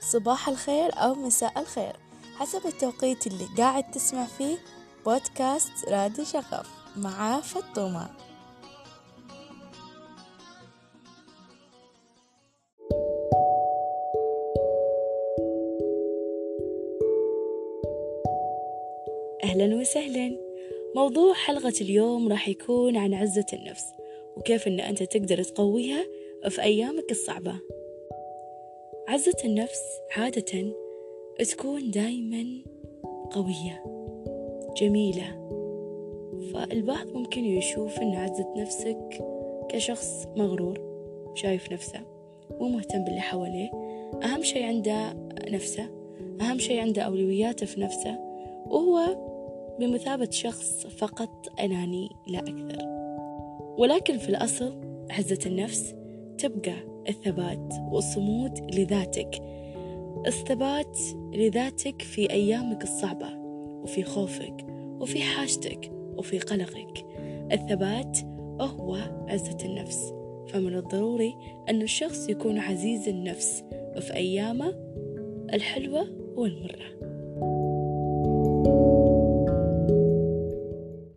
صباح الخير أو مساء الخير حسب التوقيت اللي قاعد تسمع فيه بودكاست رادي شغف مع فطومة. أهلا وسهلا. موضوع حلقة اليوم راح يكون عن عزة النفس وكيف أن أنت تقدر تقويها في أيامك الصعبة. عزة النفس عادة تكون دايما قوية جميلة، فالبعض ممكن يشوف أن عزة نفسك كشخص مغرور شايف نفسه مو مهتم باللي حواليه، أهم شيء عنده نفسه، أهم شيء عنده أولوياته في نفسه، وهو بمثابة شخص فقط أناني لا أكثر. ولكن في الأصل عزة النفس تبقى الثبات والصمود لذاتك، الثبات لذاتك في أيامك الصعبة وفي خوفك وفي حاجتك وفي قلقك. الثبات هو عزة النفس، فمن الضروري أن الشخص يكون عزيز النفس في أيامه الحلوة والمرة.